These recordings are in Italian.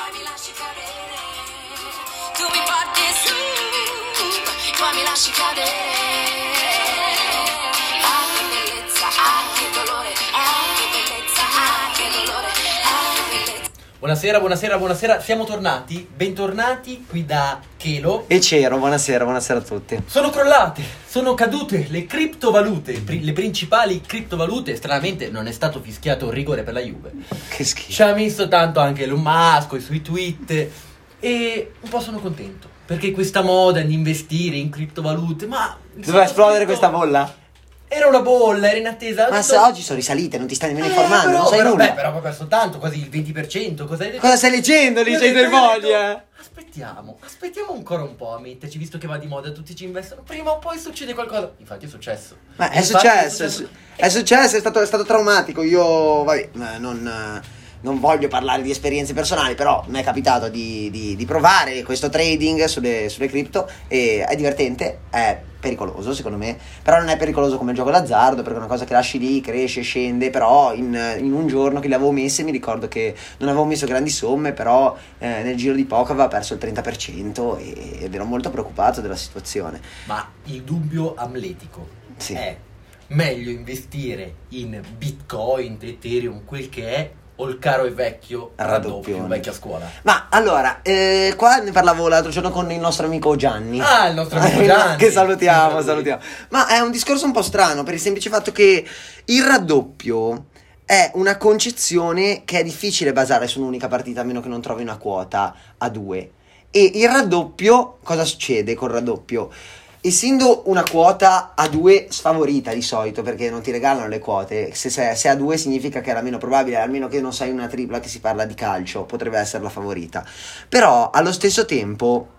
poi mi lasci cadere. Tu mi porti su, poi mi lasci cadere. Ah, che bellezza, ah, che dolore, ah, che bellezza, ah, che dolore, ah, che bellezza. Buonasera, siamo tornati, bentornati qui da Chelo e Cero, buonasera a tutti. Sono crollate, sono cadute le criptovalute, le principali criptovalute. Stranamente non è stato fischiato un rigore per la Juve. Che schifo. Ci ha messo tanto anche Elon Musk sui tweet e un po' sono contento, perché questa moda di investire in criptovalute, ma doveva esplodere questa bolla? Era una bolla, era in attesa. Ma se oggi sono risalite, non ti stai nemmeno informando, non sai nulla. Però ho perso tanto, quasi il 20%. Cosa hai detto? Cosa stai leggendo? Lì c'hai dei fogli, Aspettiamo ancora un po' a metterci, visto che va di moda, tutti ci investono. Prima o poi succede qualcosa. Infatti è successo. Ma è successo, è stato traumatico. Io, vabbè, non voglio parlare di esperienze personali, però mi è capitato di provare questo trading sulle cripto e è divertente, è pericoloso secondo me, però non è pericoloso come il gioco d'azzardo, perché è una cosa che lasci lì, cresce, scende. Però in un giorno che le avevo messe, mi ricordo che non avevo messo grandi somme, però nel giro di poco aveva perso il 30% ed ero molto preoccupato della situazione. Ma il dubbio amletico è: meglio investire in Bitcoin, Ethereum, quel che è, o il caro e vecchio raddoppio, vecchia scuola? Ma allora, qua ne parlavo l'altro giorno con il nostro amico Gianni. Ah, il nostro amico Gianni. Che salutiamo. Ma è un discorso un po' strano, per il semplice fatto che il raddoppio è una concezione che è difficile basare su un'unica partita, a meno che non trovi una quota a 2. E il raddoppio, cosa succede col raddoppio? Essendo una quota a 2 sfavorita di solito, perché non ti regalano le quote, se a 2 significa che è la meno probabile, almeno che non sai una tripla, che si parla di calcio, potrebbe essere la favorita. Però allo stesso tempo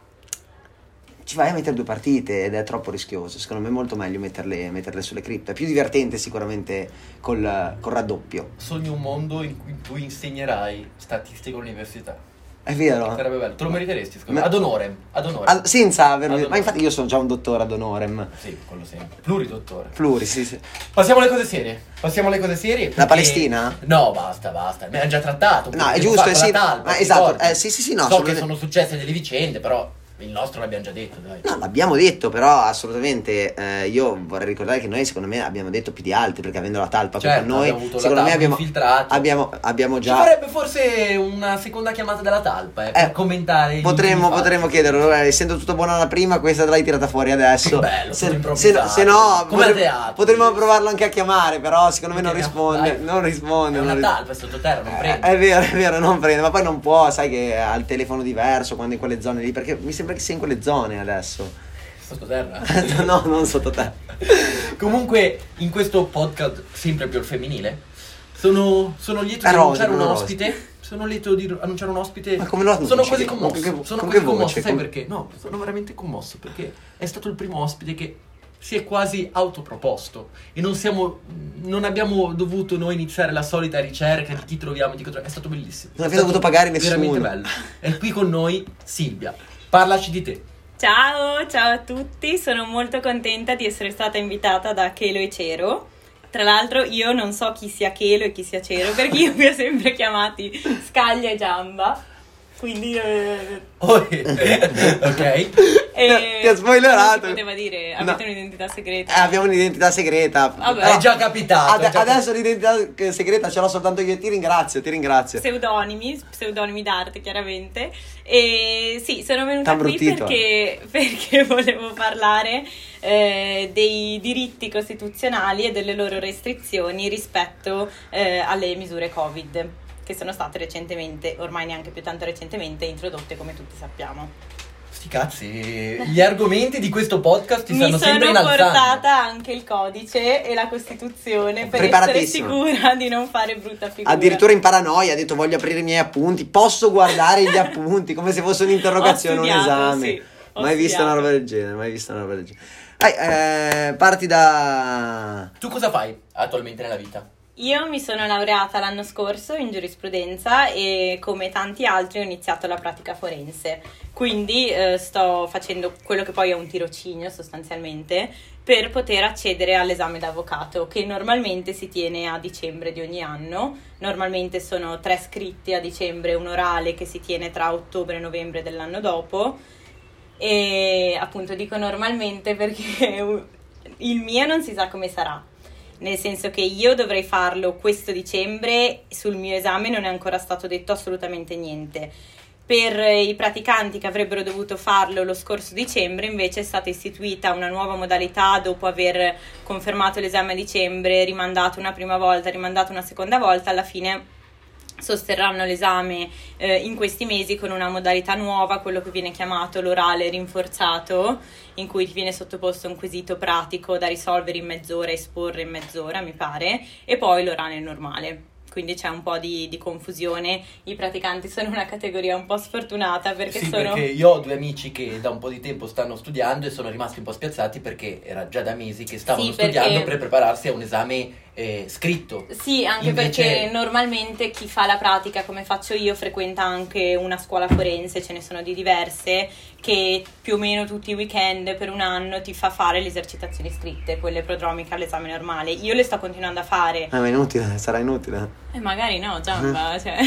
ci vai a mettere 2 partite ed è troppo rischioso. Secondo me è molto meglio metterle sulle cripto. È più divertente sicuramente col raddoppio. Sogno un mondo in cui tu insegnerai statistica all'università. È vero. Sarebbe bello, te lo meriteresti, secondo me. Ad honorem. Senza averlo. Ma infatti io sono già un dottore ad honorem. Sì, quello sempre. Pluridottore. Sì. Passiamo alle cose serie. Perché... La Palestina? No, basta. Mi hanno già trattato. No, è giusto, sì. Talpa, esatto. Sì, no. So che sono successe delle vicende, però il nostro l'abbiamo già detto, dai. No, l'abbiamo detto, però assolutamente io vorrei ricordare che noi, secondo me, abbiamo detto più di altri, perché avendo la talpa certo, con noi, secondo me abbiamo già. Ci vorrebbe forse una seconda chiamata della talpa per commentare. Potremmo chiederlo, essendo tutto buono alla prima, questa l'hai tirata fuori adesso. Che bello, se no potremmo provarlo anche a chiamare, però secondo me non risponde. È una talpa, è sottoterra, non prende. È vero, non prende, ma poi non può, sai che ha il telefono diverso quando è in quelle zone lì, perché mi sembra che sia in quelle zone adesso. Sottoterra? No, non sottoterra. Comunque, in questo podcast sempre più al femminile, sono lieto di annunciare un ospite. Sono lieto di annunciare un ospite. Ma come lo annunci? Sono quasi commosso. Voce? Sai perché? No, sono veramente commosso perché è stato il primo ospite che si è quasi autoproposto e non abbiamo dovuto noi iniziare la solita ricerca di chi troviamo, è stato bellissimo. Non abbiamo dovuto pagare nessuno. Veramente bello. È qui con noi Silvia. Parlaci di te. Ciao a tutti, sono molto contenta di essere stata invitata da Chelo e Cero. Tra l'altro io non so chi sia Chelo e chi sia Cero, perché io vi ho sempre chiamati Scaglia e Giamba, quindi ok. Ti ha spoilerato. Non si poteva dire, avete un'identità segreta. Abbiamo un'identità segreta. Vabbè. È già capitato. Adesso l'identità segreta ce l'ho soltanto io. Ti ringrazio. Pseudonimi d'arte, chiaramente. E sì, sono venuta qui perché volevo parlare dei diritti costituzionali e delle loro restrizioni rispetto alle misure Covid, che sono state recentemente, ormai neanche più tanto recentemente, introdotte, come tutti sappiamo. Sti cazzi, gli argomenti di questo podcast ti stanno sempre innalzando. Mi sono portata anche il codice e la Costituzione per essere sicura di non fare brutta figura. Addirittura in paranoia ha detto: voglio aprire i miei appunti, posso guardare gli appunti, come se fosse un'interrogazione, un esame. Sì, mai visto una roba del genere. Parti da... Tu cosa fai attualmente nella vita? Io mi sono laureata l'anno scorso in giurisprudenza e come tanti altri ho iniziato la pratica forense. Quindi sto facendo quello che poi è un tirocinio sostanzialmente per poter accedere all'esame d'avvocato, che normalmente si tiene a dicembre di ogni anno. Normalmente sono 3 scritti a dicembre, un orale che si tiene tra ottobre e novembre dell'anno dopo. E appunto dico normalmente perché il mio non si sa come sarà, nel senso che io dovrei farlo questo dicembre, sul mio esame non è ancora stato detto assolutamente niente. Per i praticanti che avrebbero dovuto farlo lo scorso dicembre invece è stata istituita una nuova modalità dopo aver confermato l'esame a dicembre, rimandato una prima volta, rimandato una seconda volta. Alla fine sosterranno l'esame in questi mesi con una modalità nuova, quello che viene chiamato l'orale rinforzato, in cui ti viene sottoposto un quesito pratico da risolvere in mezz'ora, esporre in mezz'ora mi pare, e poi l'orale normale. Quindi c'è un po' di confusione. I praticanti sono una categoria un po' sfortunata perché perché io ho 2 amici che da un po' di tempo stanno studiando e sono rimasti un po' spiazzati perché era già da mesi che stavano studiando per prepararsi a un esame scritto. Sì, anche perché normalmente chi fa la pratica come faccio io frequenta anche una scuola forense, ce ne sono di diverse, che più o meno tutti i weekend per un anno ti fa fare le esercitazioni scritte, quelle prodromiche all'esame normale. Io le sto continuando a fare. Ma è inutile, sarà inutile. Magari no, Giamba, cioè,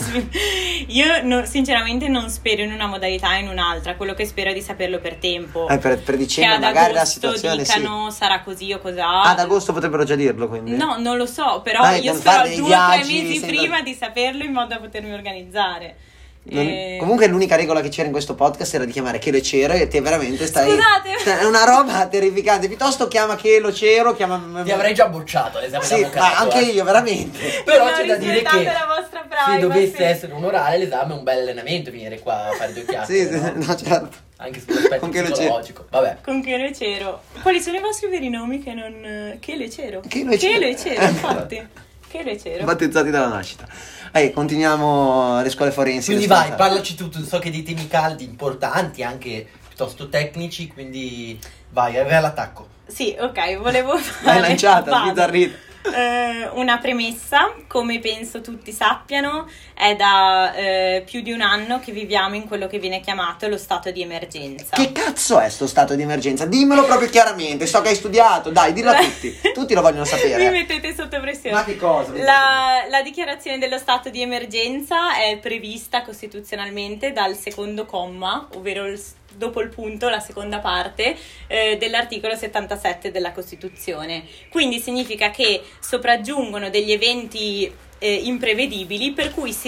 io sinceramente non spero in una modalità o in un'altra, quello che spero è di saperlo per tempo. Per dicembre magari la situazione dicano sarà così o cos'ha. Ad agosto potrebbero già dirlo, quindi. No, non lo so, però io spero 2 o 3 mesi prima di saperlo in modo da potermi organizzare. Comunque l'unica regola che c'era in questo podcast era di chiamare Chelo e Cero, e te veramente stai. Scusate, è una roba terrificante. Piuttosto chiama Chelo, Cero, Ti avrei già bocciato l'esame d'avvocato. Ma anche io, veramente. Però c'è da dire che la vostra privacy. se dovesse essere un orale l'esame è un bel allenamento venire qua a fare 2 chiacchiere. Sì, no, certo. Anche sull'aspetto psicologico. Vabbè. Con Chelo e Cero. Quali sono i vostri veri nomi che non. Chelo e Cero? Chelo e Cero, infatti. Chelo e Cero. Battezzati dalla nascita. Continuiamo alle scuole forensi. Quindi vai, parlaci tutto. So che dei temi caldi, importanti, anche piuttosto tecnici, quindi vai all'attacco. Sì, ok, volevo L'hai lanciata, sbizzarrita. Una premessa, come penso tutti sappiano, è da più di un anno che viviamo in quello che viene chiamato lo stato di emergenza. Che cazzo è sto stato di emergenza? Dimmelo proprio chiaramente, so che hai studiato, dai, dillo a tutti. Tutti lo vogliono sapere. Mi mettete sotto pressione. Ma che cosa? La dichiarazione dello stato di emergenza è prevista costituzionalmente dal secondo comma, ovvero dopo il punto, la seconda parte dell'articolo 77 della Costituzione. Quindi significa che sopraggiungono degli eventi imprevedibili per cui si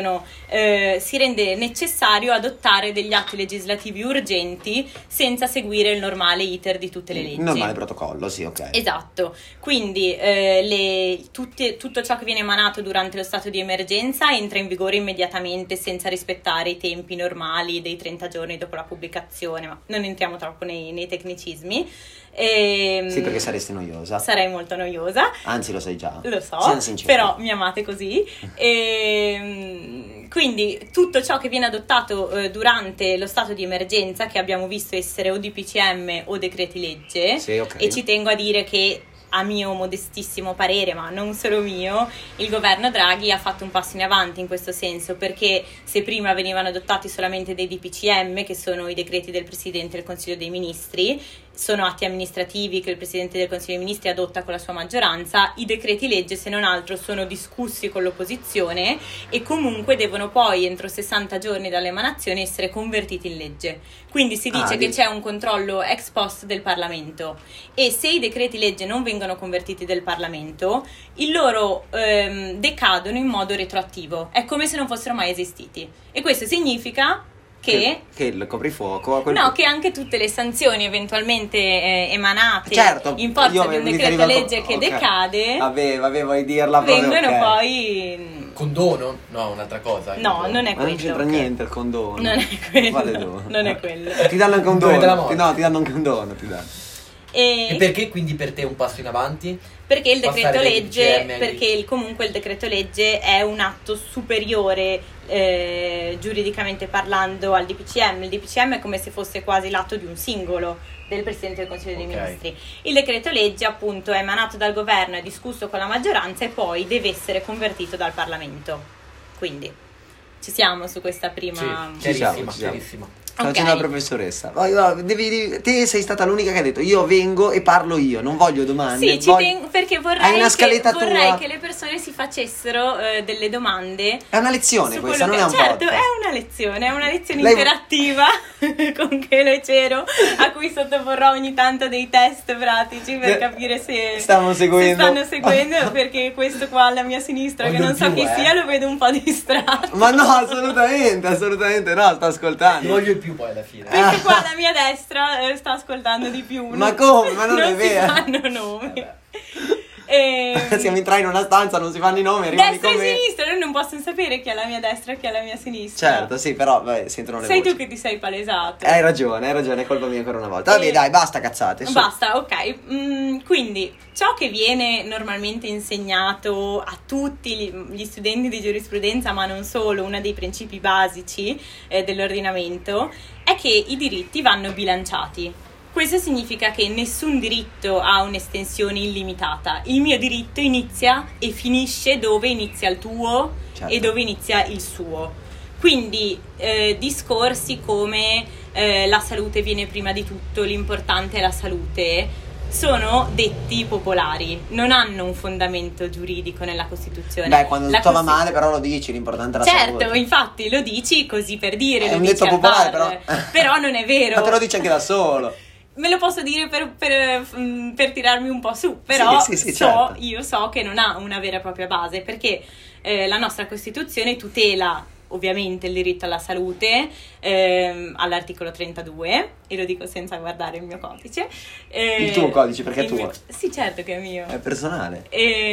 rende necessario adottare degli atti legislativi urgenti senza seguire il normale iter di tutte le leggi. Il normale protocollo, sì, ok. Esatto, quindi tutto ciò che viene emanato durante lo stato di emergenza entra in vigore immediatamente senza rispettare i tempi normali dei 30 giorni dopo la pubblicazione, ma non entriamo troppo nei tecnicismi. Sì, perché saresti noiosa. Sarei molto noiosa. Anzi, lo sai già. Lo so, siamo sinceri. però mi amate così. Quindi tutto ciò che viene adottato durante lo stato di emergenza, che abbiamo visto essere o DPCM o decreti legge, sì, okay. E ci tengo a dire che a mio modestissimo parere, ma non solo mio, il governo Draghi ha fatto un passo in avanti in questo senso, perché se prima venivano adottati solamente dei DPCM, che sono i decreti del Presidente del Consiglio dei Ministri, sono atti amministrativi che il Presidente del Consiglio dei Ministri adotta con la sua maggioranza, i decreti legge, se non altro, sono discussi con l'opposizione e comunque devono poi, entro 60 giorni dall'emanazione, essere convertiti in legge. Quindi si dice che c'è un controllo ex post del Parlamento, e se i decreti legge non vengono convertiti del Parlamento, il loro decadono in modo retroattivo. È come se non fossero mai esistiti. E questo significa che il coprifuoco, che anche tutte le sanzioni eventualmente emanate in forza di un decreto legge che decade, vuoi dirla proprio, vengono poi condono? No, un'altra cosa. No, non è quello. Non c'entra niente il condono. Non è quello. Non è quello. Ti danno anche un dono. No, ti danno anche un dono, ti danno. E perché quindi per te è un passo in avanti? Perché il decreto legge, comunque il decreto legge è un atto superiore giuridicamente parlando al DPCM. Il DPCM è come se fosse quasi l'atto di un singolo del Presidente del Consiglio dei Ministri. Il decreto legge appunto è emanato dal governo, è discusso con la maggioranza e poi deve essere convertito dal Parlamento. Quindi ci siamo su questa prima. Sì, chiarissima. Sta facendo la professoressa. Te sei stata l'unica che ha detto io vengo e parlo io, non voglio domande. Sì, tengo, perché vorrei vorrei che le persone si facessero delle domande. È una lezione questa, non è un podcast. Certo, è una lezione interattiva con Chelo e Cero, a cui sottoporrò ogni tanto dei test pratici per capire se stanno seguendo, perché questo qua alla mia sinistra, che non so chi sia, lo vedo un po' distratto. Ma no, assolutamente no, sta ascoltando. Voglio il più poi alla fine. Perché qua alla mia destra sta ascoltando di più. Ma come? Ma non è vero. Non si fanno nomi. Siamo entrati in una stanza, non si fanno i nomi. Destra e sinistra, noi non possono sapere chi è la mia destra e chi è la mia sinistra. Certo, sì, però sentono le voci. Sei tu che ti sei palesato. Hai ragione, è colpa mia ancora una volta. Vabbè, dai, basta cazzate. Basta, ok. Quindi, ciò che viene normalmente insegnato a tutti gli studenti di giurisprudenza, ma non solo, uno dei principi basici dell'ordinamento, è che i diritti vanno bilanciati. Questo significa che nessun diritto ha un'estensione illimitata. Il mio diritto inizia e finisce dove inizia il tuo, certo, e dove inizia il suo. Quindi discorsi come la salute viene prima di tutto, l'importante è la salute, sono detti popolari, non hanno un fondamento giuridico nella Costituzione. Beh, quando tutto va male però lo dici, l'importante è la salute. Certo, infatti lo dici così per dire, è un detto popolare però non è vero. Ma te lo dici anche da solo. Me lo posso dire per tirarmi un po' su, però sì, certo. Io so che non ha una vera e propria base, perché la nostra Costituzione tutela ovviamente il diritto alla salute all'articolo 32, e lo dico senza guardare il mio codice. Il tuo codice, perché è tuo? Sì, certo che è mio. È personale.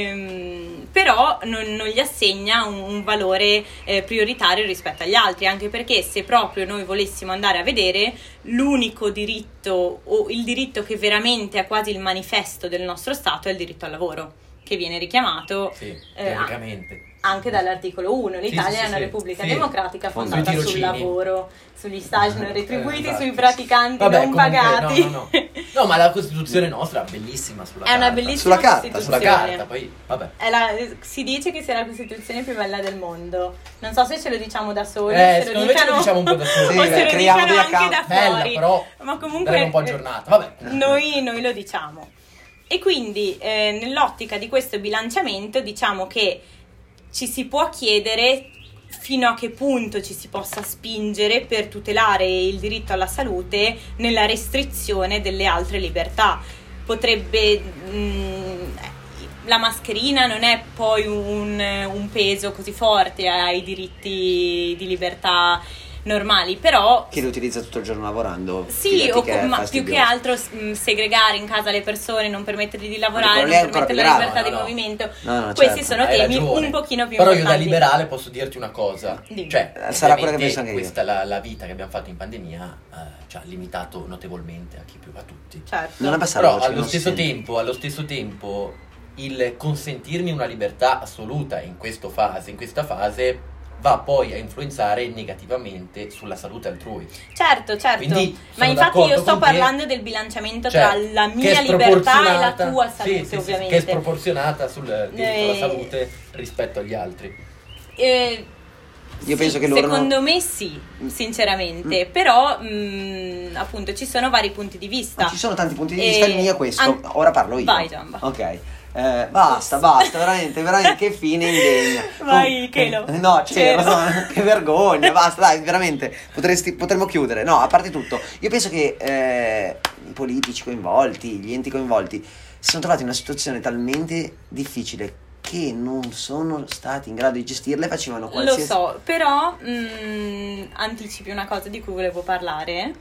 Però non gli assegna un valore prioritario rispetto agli altri, anche perché se proprio noi volessimo andare a vedere, l'unico diritto o il diritto che veramente è quasi il manifesto del nostro Stato è il diritto al lavoro, che viene richiamato teoricamente anche dall'articolo 1. L'Italia è una repubblica democratica fondata sul lavoro, sugli stage non retribuiti, sui praticanti non pagati. No, ma la Costituzione nostra è bellissima sulla carta. È una bellissima Costituzione. Sulla carta, poi vabbè. Si dice che sia la Costituzione più bella del mondo. Non so se ce lo diciamo da soli, se lo diciamo un po' da soli. O se lo diciamo anche da fuori. Bella, però ma comunque un po' aggiornata. Vabbè. Noi lo diciamo. E quindi nell'ottica di questo bilanciamento diciamo che ci si può chiedere fino a che punto ci si possa spingere per tutelare il diritto alla salute nella restrizione delle altre libertà. Potrebbe la mascherina non è poi un peso così forte ai diritti di libertà normali, però chi lo utilizza tutto il giorno lavorando. Sì, ma più che altro segregare in casa le persone, non permettergli di lavorare, non permettere la libertà di movimento. Questi sono temi un pochino più però importanti. io da liberale posso dirti una cosa, cioè sarà quello che penso anche io. Questa la vita che abbiamo fatto in pandemia ci ha limitato notevolmente a tutti. Certo. Non è passato. Però allo stesso tempo il consentirmi una libertà assoluta in questa fase va poi a influenzare negativamente sulla salute altrui. Certo. Quindi, ma infatti io sto parlando del bilanciamento tra la mia libertà e la tua salute, ovviamente. Che è sproporzionata sul diritto alla salute rispetto agli altri. Io penso che loro secondo me sì, sinceramente, però appunto ci sono vari punti di vista. Ma ci sono tanti punti di vista, il mio è questo. Ora parlo io. Vai, Giamba. Ok. Basta, veramente, che fine indegna. Vai, Chelo. No, che vergogna, basta, dai, veramente, potremmo chiudere. No, a parte tutto, io penso che i politici coinvolti, gli enti coinvolti si sono trovati in una situazione talmente difficile che non sono stati in grado di gestirla e facevano qualsiasi... Lo so, però anticipi una cosa di cui volevo parlare.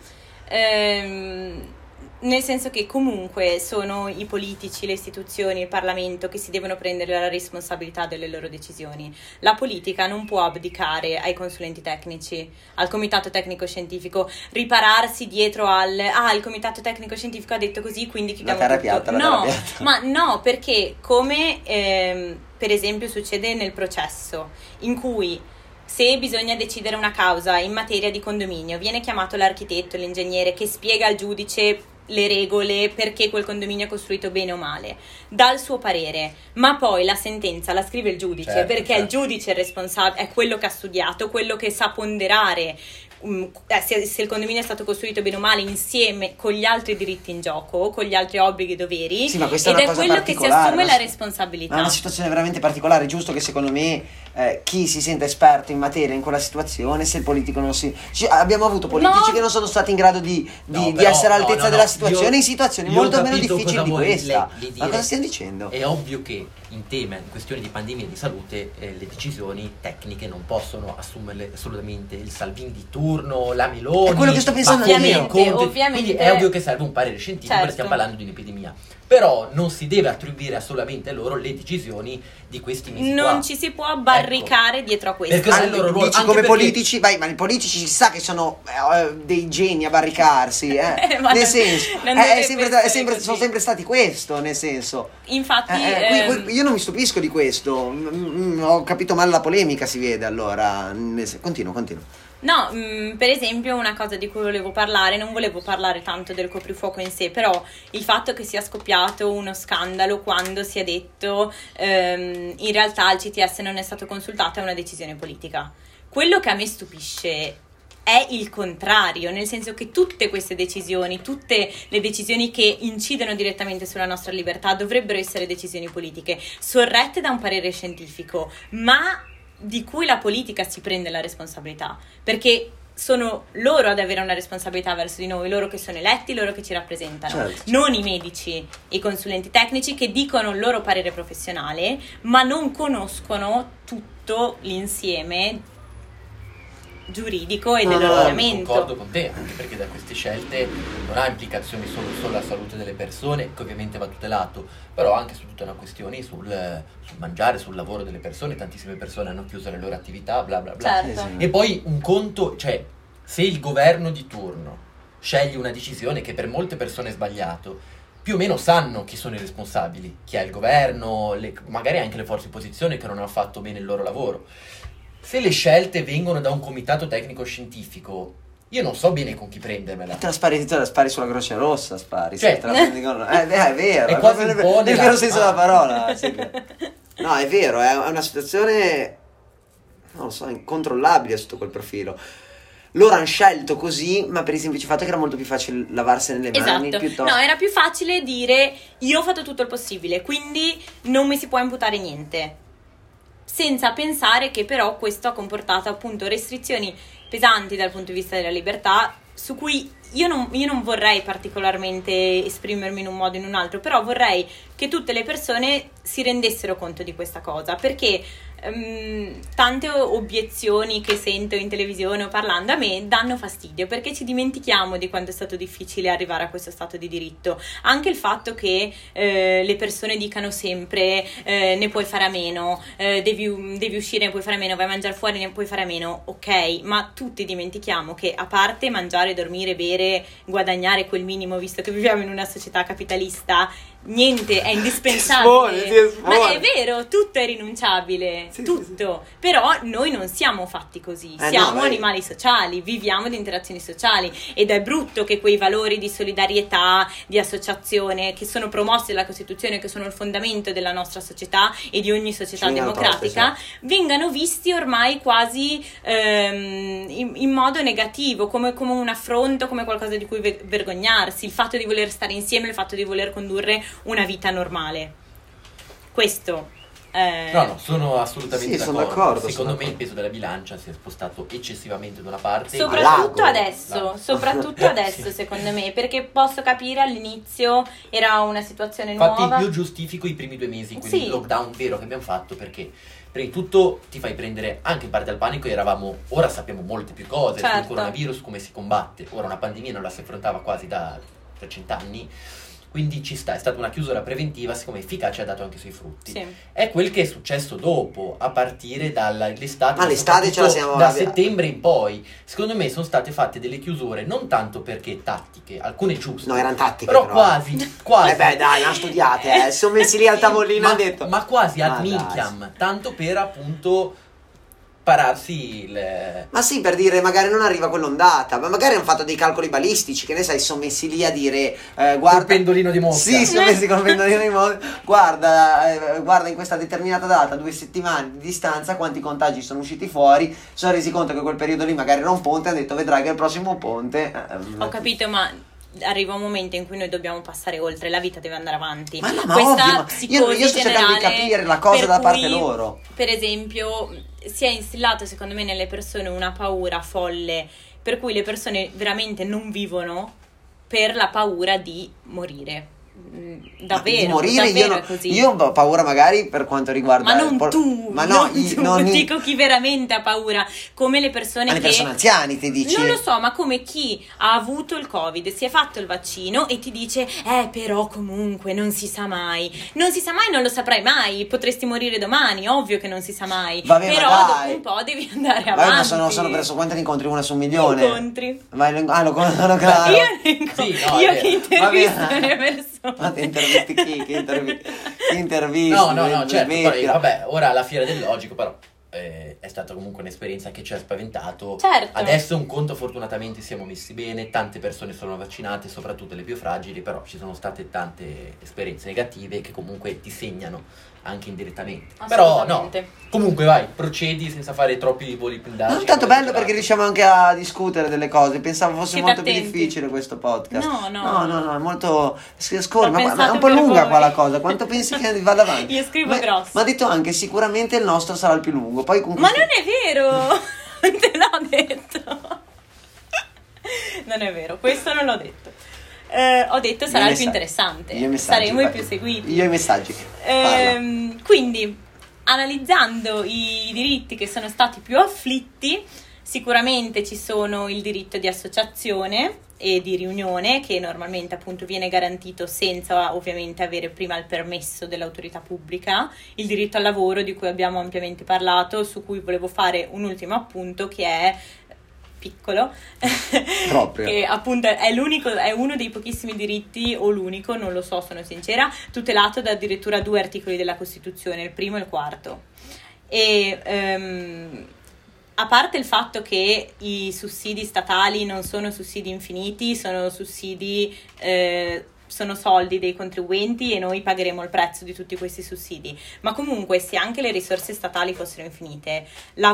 Nel senso che comunque sono i politici, le istituzioni, il Parlamento che si devono prendere la responsabilità delle loro decisioni. La politica non può abdicare ai consulenti tecnici, al comitato tecnico scientifico, ripararsi dietro il comitato tecnico scientifico ha detto così, quindi chiudiamo tutto. No, perché come per esempio succede nel processo, in cui se bisogna decidere una causa in materia di condominio, viene chiamato l'architetto, l'ingegnere che spiega al giudice le regole perché quel condominio è costruito bene o male, dà il suo parere, ma poi la sentenza la scrive il giudice, perché è il giudice il responsabile, è quello che ha studiato, quello che sa ponderare se il condominio è stato costruito bene o male insieme con gli altri diritti in gioco, con gli altri obblighi e doveri, sì, ma questa ed è una è cosa quello che si assume la responsabilità. Ma è una situazione veramente particolare, giusto che secondo me chi si sente esperto in materia in quella situazione, se il politico non si... abbiamo avuto politici che non sono stati in grado di essere all'altezza della situazione in situazioni molto meno difficili di questa. Ma cosa stiamo dicendo? È ovvio che in tema, in questioni di pandemia e di salute, le decisioni tecniche non possono assumerle assolutamente il Salvini di turno, la Meloni. È quello che sto pensando ovviamente. Quindi è ovvio che serve un parere scientifico, perché stiamo parlando di un'epidemia. Però non si deve attribuire solamente a loro le decisioni di questi mesi. Non ci si può barricare dietro a questo. Perché il loro ruolo, dici come politici, vai, ma i politici si sa che sono dei geni a barricarsi, nel senso, sono sempre stati questo, nel senso. Infatti, io non mi stupisco di questo. Ho capito male la polemica, si vede allora. Continuo. No, per esempio una cosa di cui volevo parlare, non volevo parlare tanto del coprifuoco in sé, però il fatto che sia scoppiato uno scandalo quando si è detto in realtà il CTS non è stato consultato, è una decisione politica. Quello che a me stupisce è il contrario, nel senso che tutte queste decisioni, tutte le decisioni che incidono direttamente sulla nostra libertà dovrebbero essere decisioni politiche, sorrette da un parere scientifico, ma di cui la politica si prende la responsabilità, perché sono loro ad avere una responsabilità verso di noi, loro che sono eletti, loro che ci rappresentano, certo. Non i medici, i consulenti tecnici che dicono il loro parere professionale, ma non conoscono tutto l'insieme giuridico e dell'ordinamento. Concordo con te, anche perché da queste scelte non ha implicazioni solo sulla salute delle persone, che ovviamente va tutelato, però anche su tutta una questione sul mangiare, sul lavoro delle persone. Tantissime persone hanno chiuso le loro attività, bla bla bla. Certo. E poi un conto, cioè, se il governo di turno sceglie una decisione che per molte persone è sbagliato, più o meno sanno chi sono i responsabili, chi è il governo, magari anche le forze di opposizione che non hanno fatto bene il loro lavoro. Se le scelte vengono da un comitato tecnico-scientifico, io non so bene con chi prendermela. Te la spari sulla Croce Rossa, spari. Cioè, te la prendi con... è vero. È quasi un po' nel vero senso della parola. Sì. No, è vero, è una situazione, non lo so, incontrollabile sotto quel profilo. Loro hanno scelto così, ma per il semplice fatto che era molto più facile lavarsene le mani. Esatto. Piuttosto... No, era più facile dire io ho fatto tutto il possibile, quindi non mi si può imputare niente. Senza pensare che però questo ha comportato appunto restrizioni pesanti dal punto di vista della libertà, su cui io non vorrei particolarmente esprimermi in un modo o in un altro, però vorrei che tutte le persone si rendessero conto di questa cosa, perché tante obiezioni che sento in televisione o parlando a me danno fastidio, perché ci dimentichiamo di quanto è stato difficile arrivare a questo stato di diritto. Anche il fatto che le persone dicano sempre ne puoi fare a meno, devi uscire, ne puoi fare a meno, vai a mangiare fuori, ne puoi fare a meno, ok, ma tutti dimentichiamo che a parte mangiare, dormire, bere, guadagnare quel minimo, visto che viviamo in una società capitalista, niente è indispensabile. Ma è vero, tutto è rinunciabile, sì, tutto. Sì. Però noi non siamo fatti così, siamo animali sociali, viviamo di interazioni sociali, ed è brutto che quei valori di solidarietà, di associazione che sono promossi dalla Costituzione, che sono il fondamento della nostra società e di ogni società democratica, vengano visti ormai quasi in modo negativo, come un affronto, come qualcosa di cui vergognarsi, il fatto di voler stare insieme, il fatto di voler condurre una vita normale. Questo no, sono assolutamente d'accordo. Secondo me il peso della bilancia si è spostato eccessivamente da una parte, soprattutto adesso secondo me, perché posso capire all'inizio era una situazione nuova. Infatti io giustifico i primi 2 mesi, quindi il lockdown vero che abbiamo fatto, perché prima di tutto ti fai prendere anche in parte al panico. Ora sappiamo molte più cose, certo. sul coronavirus, come si combatte. Ora una pandemia non la si affrontava quasi da 300 anni. Quindi ci sta, è stata una chiusura preventiva, siccome efficace ha dato anche i suoi frutti. Sì. È quel che è successo dopo, a partire dall'estate. Ma l'estate ce la siamo... Da settembre in poi. Secondo me sono state fatte delle chiusure, non tanto perché tattiche, alcune giuste. No, erano tattiche però. Quasi. Beh dai, non studiate, sono messi lì al tavolino, hanno detto. Ma quasi ad minchiam, tanto per appunto pararsi il... Ma sì, per dire, magari non arriva quell'ondata, ma magari hanno fatto dei calcoli balistici, che ne sai, sono messi lì a dire, guarda... Col pendolino di Mosca. Sì, sono messi col pendolino di Mosca. Guarda in questa determinata data, 2 settimane di distanza, quanti contagi sono usciti fuori, sono resi conto che quel periodo lì magari era un ponte, hanno detto, vedrai che il prossimo ponte... Ho capito, ma... arriva un momento in cui noi dobbiamo passare oltre, la vita deve andare avanti. Ma no, ma questa ovvio, psicosi io sto cercando di capire la cosa da parte loro. Per esempio, si è instillato secondo me nelle persone una paura folle, per cui le persone veramente non vivono per la paura di morire. Davvero, di morire, davvero è così. Io ho paura magari per quanto riguarda... Ma non tu, ma no, non dico chi veramente ha paura, come le persone le persone anziane, ti dici? Non lo so, ma come chi ha avuto il Covid, si è fatto il vaccino e ti dice però comunque non si sa mai. Non si sa mai, non lo saprai mai, potresti morire domani, ovvio che non si sa mai. Vabbè, però dopo un po' devi andare avanti. avanti. Ma sono preso, quante ne incontri? Una su 1 milione? Incontri? Lo conoscono, claro. Io ne incontro, io che intervisto le persone. Ma ti intervisti chi? Chi intervisti? No, certo, però, vabbè, ora alla Fiera del Logico, però è stata comunque un'esperienza che ci ha spaventato. Certo. Adesso un conto, fortunatamente siamo messi bene, tante persone sono vaccinate, soprattutto le più fragili, però ci sono state tante esperienze negative che comunque ti segnano anche indirettamente. Però no, comunque vai, procedi senza fare troppi voli pindaggi. Non tanto bello perché riusciamo anche a discutere delle cose. Pensavo fosse Siete molto attenti. più difficile questo podcast. No, è molto ma è un po' lunga qua la cosa. Quanto pensi che vada avanti? Io scrivo grosso. Ma ha detto anche sicuramente il nostro sarà il più lungo. Poi Ma non è vero! Te l'ho detto. Non è vero, questo non l'ho detto. Ho detto sarà il più interessante. Saremo i più seguiti. Io i messaggi. Quindi, analizzando i diritti che sono stati più afflitti, sicuramente ci sono il diritto di associazione e di riunione, che normalmente appunto viene garantito senza ovviamente avere prima il permesso dell'autorità pubblica, il diritto al lavoro di cui abbiamo ampiamente parlato, su cui volevo fare un ultimo appunto, che è piccolo, proprio che appunto è uno dei pochissimi diritti, o l'unico, non lo so, sono sincera, tutelato da addirittura 2 articoli della Costituzione, il primo e il quarto. E a parte il fatto che i sussidi statali non sono sussidi infiniti, sono sussidi sono soldi dei contribuenti e noi pagheremo il prezzo di tutti questi sussidi, ma comunque se anche le risorse statali fossero infinite,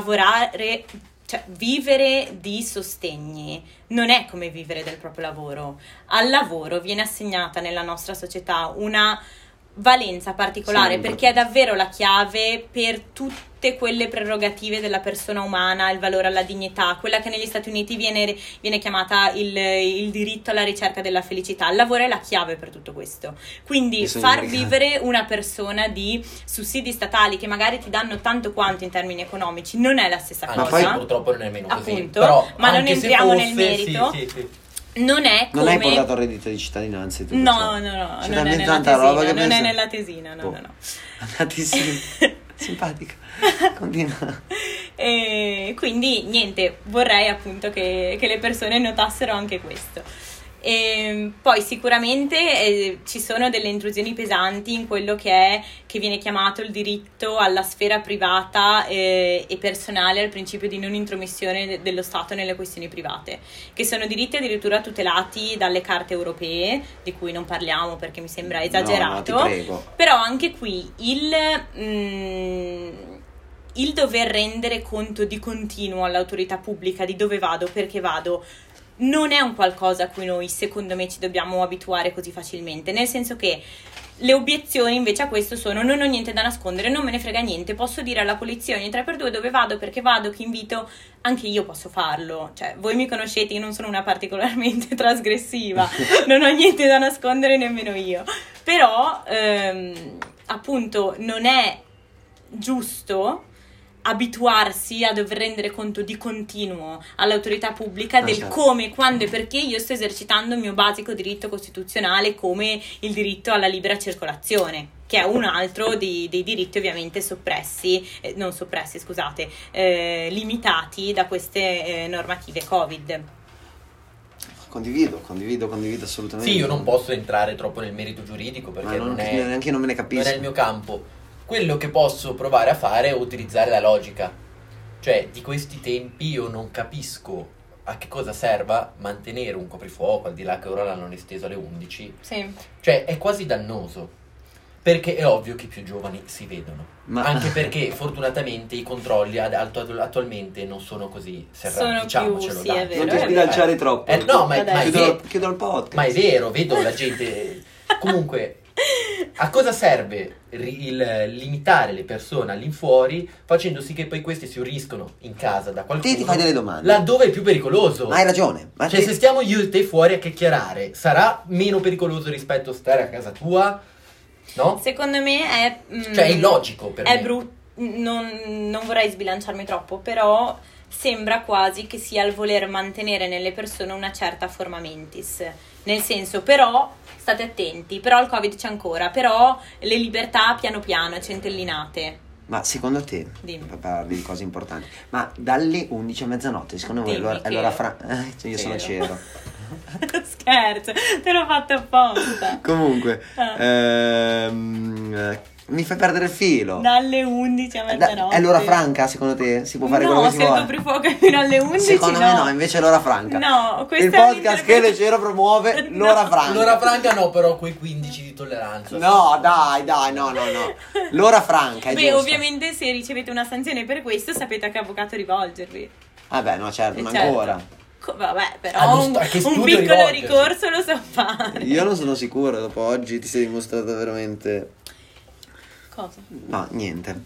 vivere di sostegni non è come vivere del proprio lavoro. Al lavoro viene assegnata nella nostra società una valenza particolare, sì, perché è davvero la chiave per tutte quelle prerogative della persona umana, il valore alla dignità, quella che negli Stati Uniti viene chiamata il diritto alla ricerca della felicità. Il lavoro è la chiave per tutto questo. Quindi far vivere una persona di sussidi statali che magari ti danno tanto quanto in termini economici non è la stessa cosa. Ma poi purtroppo non è nemmeno così. Appunto, però, ma non entriamo nel merito. Sì. Non è come... Non hai portato il reddito di cittadinanza? No, non è nella tesina, no. La tesina, simpatica. Continua. E quindi niente, vorrei appunto che le persone notassero anche questo. E poi sicuramente ci sono delle intrusioni pesanti in quello che viene chiamato il diritto alla sfera privata e personale, al principio di non intromissione dello Stato nelle questioni private, che sono diritti addirittura tutelati dalle carte europee, di cui non parliamo perché mi sembra esagerato. No, ti prego. Però anche qui il dover rendere conto di continuo all'autorità pubblica di dove vado, perché vado, non è un qualcosa a cui noi, secondo me, ci dobbiamo abituare così facilmente, nel senso che le obiezioni invece a questo sono: non ho niente da nascondere, non me ne frega niente, posso dire alla polizia ogni 3x2 dove vado, perché vado, che invito, anche io posso farlo, cioè voi mi conoscete, io non sono una particolarmente trasgressiva, non ho niente da nascondere nemmeno io, però appunto non è giusto abituarsi a dover rendere conto di continuo all'autorità pubblica del come, quando e perché io sto esercitando il mio basico diritto costituzionale, come il diritto alla libera circolazione, che è un altro dei diritti ovviamente limitati da queste normative Covid. Condivido assolutamente. Sì, io non posso entrare troppo nel merito giuridico perché neanche io non me ne capisco. Non è il mio campo. Quello che posso provare a fare è utilizzare la logica. Cioè, di questi tempi io non capisco a che cosa serva mantenere un coprifuoco, al di là che ora l'hanno esteso alle 11. Sì. Cioè, è quasi dannoso. Perché è ovvio che i più giovani si vedono. Anche perché fortunatamente i controlli attualmente non sono così serrati. Sono diciamocelo, più, sì, è vero. Non ti sbilanciare troppo. No, ma chiudo il podcast. Ma è vero, vedo la gente. Comunque, a cosa serve limitare le persone all'infuori facendo sì che poi questi si uniscono in casa da qualcuno? Te ti fai delle domande. Laddove è più pericoloso. Ma hai ragione. Cioè, se stiamo io e te fuori a chiacchierare, sarà meno pericoloso rispetto a stare a casa tua? No? Secondo me è... cioè, è illogico per me. È brutto. Non vorrei sbilanciarmi troppo, però sembra quasi che sia il voler mantenere nelle persone una certa forma mentis. Nel senso, però, state attenti, però il Covid c'è ancora, però le libertà piano piano, centellinate. Ma secondo te, parli di cose importanti, ma dalle 11 a mezzanotte, secondo voi allora io sono cero. Scherzo, te l'ho fatto apposta. Comunque, mi fai perdere il filo. Dalle 11 a mezzanotte. È l'ora franca, secondo te? Si può fare quello che si vuole? No, se il coprifuoco è fino alle 11 secondo me no, invece è l'ora franca. No, questo il podcast che Leggero promuove, l'ora franca. L'ora franca no, però quei 15 di tolleranza. No, dai, no. L'ora franca, è giusto. Ovviamente se ricevete una sanzione per questo sapete a che avvocato rivolgervi. Vabbè, no, certo, ma certo. ancora. Vabbè, però un piccolo ricorso lo so fare. Io non sono sicuro, dopo oggi ti sei dimostrato veramente... Cosa? No, niente.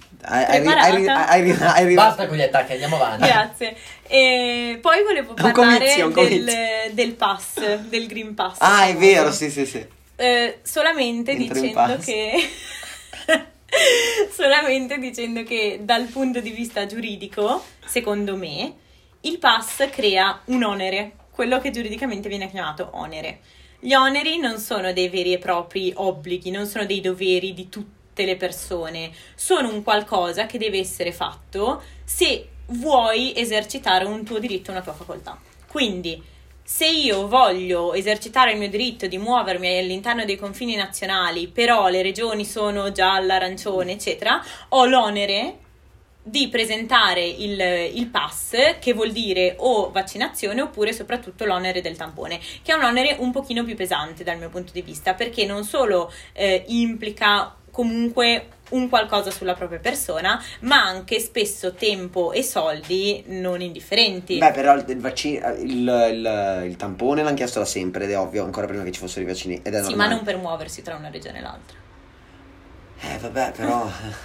Basta con gli attacchi, andiamo avanti. Grazie. E poi volevo parlare del pass, del Green Pass. Ah, è vero, sì. Solamente dicendo che... solamente dicendo che dal punto di vista giuridico, secondo me, il pass crea un onere, quello che giuridicamente viene chiamato onere. Gli oneri non sono dei veri e propri obblighi, non sono dei doveri di tutte le persone, sono un qualcosa che deve essere fatto se vuoi esercitare un tuo diritto, una tua facoltà. Quindi, se io voglio esercitare il mio diritto di muovermi all'interno dei confini nazionali, però le regioni sono gialla, arancione, eccetera, ho l'onere di presentare il pass, che vuol dire o vaccinazione oppure soprattutto l'onere del tampone, che è un onere un pochino più pesante dal mio punto di vista, perché non solo implica comunque un qualcosa sulla propria persona, ma anche spesso tempo e soldi non indifferenti. Beh, però il vaccino, il tampone l'hanno chiesto da sempre, ed è ovvio, ancora prima che ci fossero i vaccini, ed è sì, normale. ma non per muoversi tra una regione e l'altra. Vabbè, però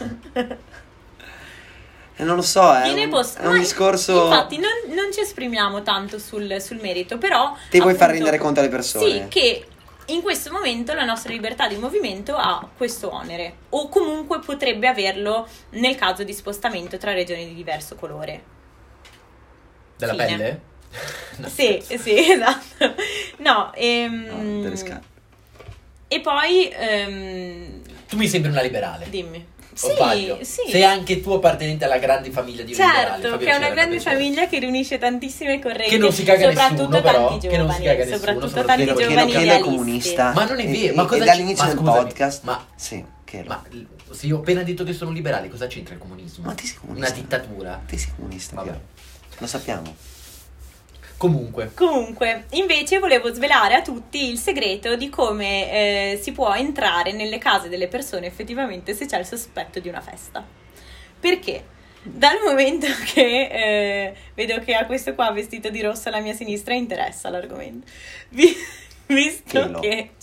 non lo so, è un discorso... Infatti non ci esprimiamo tanto sul merito, però... Ti vuoi far rendere conto alle persone? Sì, che in questo momento la nostra libertà di movimento ha questo onere, o comunque potrebbe averlo nel caso di spostamento tra regioni di diverso colore. Della pelle? No. Sì, esatto. No, delle scarpe. E poi... Tu mi sembri una liberale. Dimmi. O sbaglio? Sì. Sei anche tu appartenente alla grande famiglia di liberali. Certo, che è una grande famiglia che riunisce tantissime correnti. Che non si caga soprattutto nessuno, però. Tanti Che non si caga giovani, nessuno. soprattutto tanti giovani che idealisti. è comunista. Ma non è vero. Ma cosa dall'inizio del podcast. Ma sì, che ma se io ho appena detto che sono liberale, cosa c'entra il comunismo? Ma ti sei comunista? Una dittatura. Ti sei comunista, vabbè. Lo sappiamo. Comunque, invece volevo svelare a tutti il segreto di come si può entrare nelle case delle persone effettivamente se c'è il sospetto di una festa. Perché? Dal momento che vedo che a questo qua vestito di rosso alla mia sinistra interessa l'argomento. Visto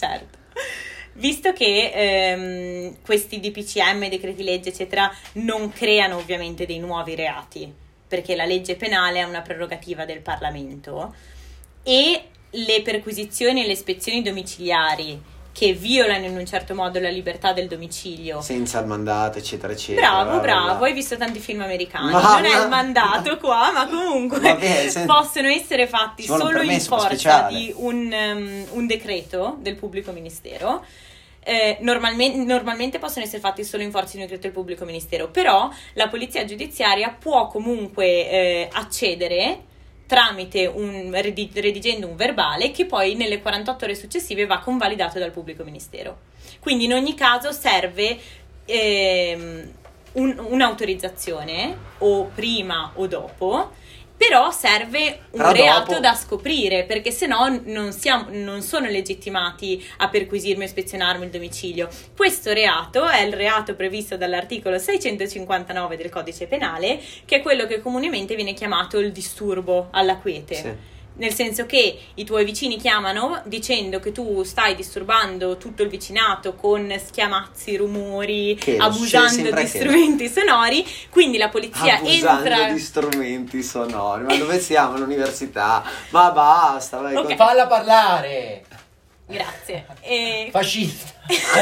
che questi DPCM, decreti legge eccetera non creano ovviamente dei nuovi reati, perché la legge penale è una prerogativa del Parlamento, e le perquisizioni e le ispezioni domiciliari che violano in un certo modo la libertà del domicilio senza il mandato eccetera eccetera. Bravo, hai visto tanti film americani, non è il mandato qua, ma comunque possono essere fatti solo in forza di un decreto del pubblico ministero. Normalmente possono essere fatti solo in forza di un decreto del pubblico ministero, però la polizia giudiziaria può comunque accedere tramite redigendo un verbale che poi nelle 48 ore successive va convalidato dal pubblico ministero. Quindi in ogni caso serve un'autorizzazione, o prima o dopo. Però serve un Però reato dopo- da scoprire, perché sennò non sono legittimati a perquisirmi o ispezionarmi il domicilio. Questo reato è il reato previsto dall'articolo 659 del Codice Penale, che è quello che comunemente viene chiamato il disturbo alla quiete. Sì. Nel senso che i tuoi vicini chiamano dicendo che tu stai disturbando tutto il vicinato con schiamazzi, rumori, Che abusando sempre di che- strumenti sonori, quindi la polizia Abusando entra... di strumenti sonori. Ma dove siamo? All'università? Ma basta, vai, Ok. Falla parlare! Grazie. Fascista!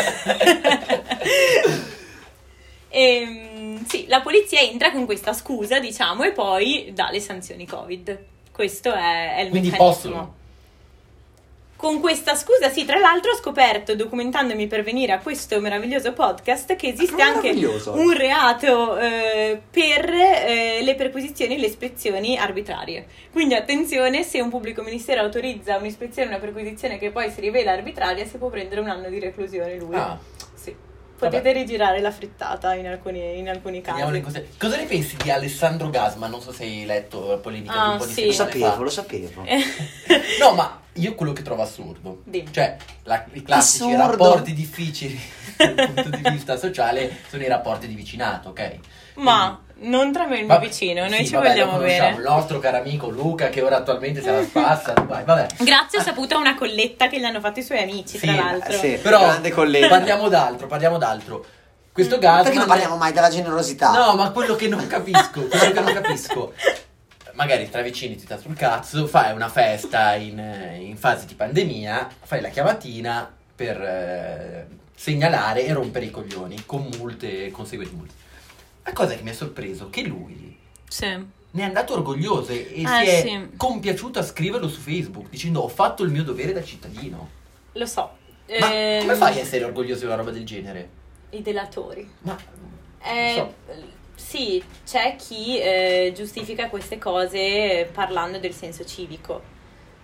Sì, la polizia entra con questa scusa, diciamo, e poi dà le sanzioni Covid. Questo è il Quindi meccanismo. possono. Con questa scusa, sì, tra l'altro ho scoperto, documentandomi per venire a questo meraviglioso podcast, che esiste anche Meraviglioso. un reato per le perquisizioni e le ispezioni arbitrarie. Quindi attenzione, se un pubblico ministero autorizza un'ispezione o una perquisizione che poi si rivela arbitraria, si può prendere 1 anno di reclusione lui. Ah. Sì. Potete rigirare la frittata in alcuni Vediamo le casi. cose. Cosa ne pensi di Alessandro Gasman? Non so se hai letto la polemica di un po' di sì. Lo sapevo. No, ma io quello che trovo assurdo. Dimmi. Cioè, i classici Assurdo. rapporti difficili dal punto di vista sociale sono i rapporti di vicinato, ok? Ma non tra me e il mio vicino, noi ci vogliamo bene. Il nostro caro amico Luca, che ora attualmente se la spassa a Dubai, vabbè. Grazie, ho saputo a una colletta che gli hanno fatto i suoi amici, tra Sì, l'altro. Sì, Però grande collega. parliamo d'altro. Questo Gasman... Perché non parliamo mai della generosità? No, ma quello che non capisco, magari tra vicini ti sta sul cazzo, fai una festa in fase di pandemia, fai la chiamatina per segnalare e rompere i coglioni con multe, conseguenti multe. La cosa che mi ha sorpreso è che lui Sì. ne è andato orgoglioso e si è sì. compiaciuto a scriverlo su Facebook dicendo ho fatto il mio dovere da cittadino. Lo so. Ma come fai a essere orgoglioso di una roba del genere? I delatori. Ma non so. Sì, c'è chi giustifica queste cose parlando del senso civico.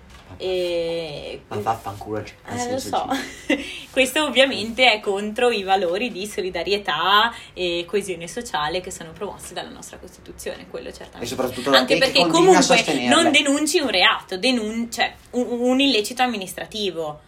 Ma vaffanculo. Lo so. Questo ovviamente è contro i valori di solidarietà e coesione sociale che sono promossi dalla nostra Costituzione, quello certamente. E soprattutto anche che perché continui a comunque sostenerle. non denunci un reato, cioè un illecito amministrativo.